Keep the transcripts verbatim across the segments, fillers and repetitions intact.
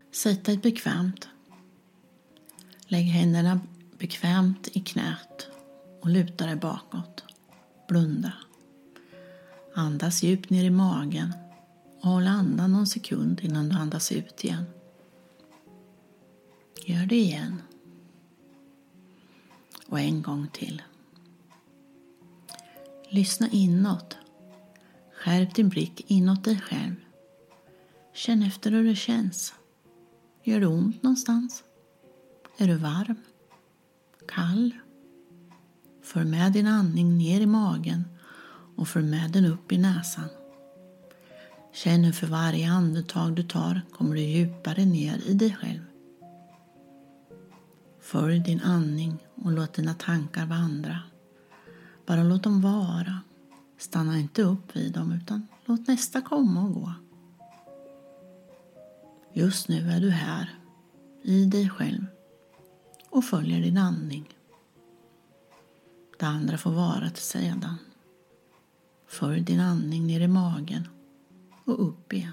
Sätt dig bekvämt. Lägg händerna bekvämt i knät och luta dig bakåt. Blunda. Andas djupt ner i magen och håll andan någon sekund innan du andas ut igen. Gör det igen. Och en gång till. Lyssna inåt. Skärp din blick inåt dig själv. Känn efter hur det känns. Gör det ont någonstans? Är du varm? Kall? För med din andning ner i magen och för med den upp i näsan. Känn hur för varje andetag du tar kommer du djupare ner i dig själv. Följ din andning och låt dina tankar vandra. Bara låt dem vara. Stanna inte upp vid dem utan låt nästa komma och gå. Just nu är du här, i dig själv och följer din andning. Det andra får vara till sedan. Följ din andning ner i magen och upp igen.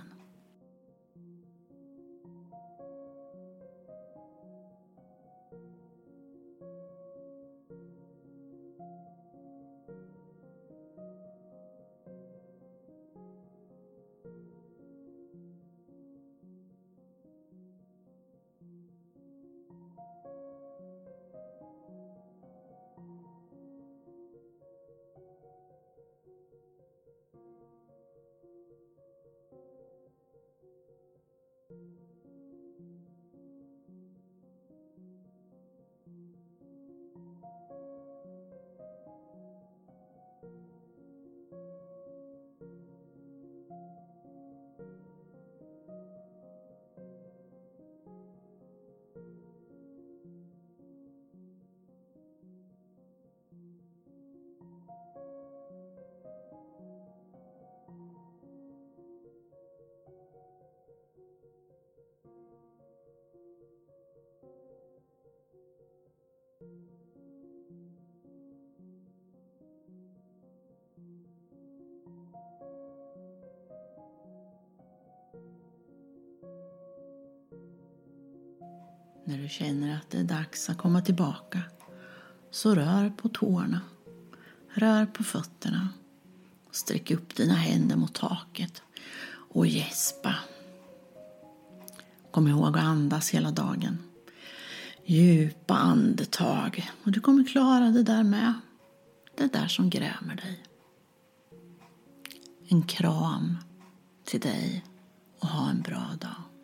När du känner att det är dags att komma tillbaka så rör på tårna, rör på fötterna, sträck upp dina händer mot taket och gäspa. Kom ihåg att andas hela dagen. Djupa andetag och du kommer klara det där med. Det där som grämer dig. En kram till dig och ha en bra dag.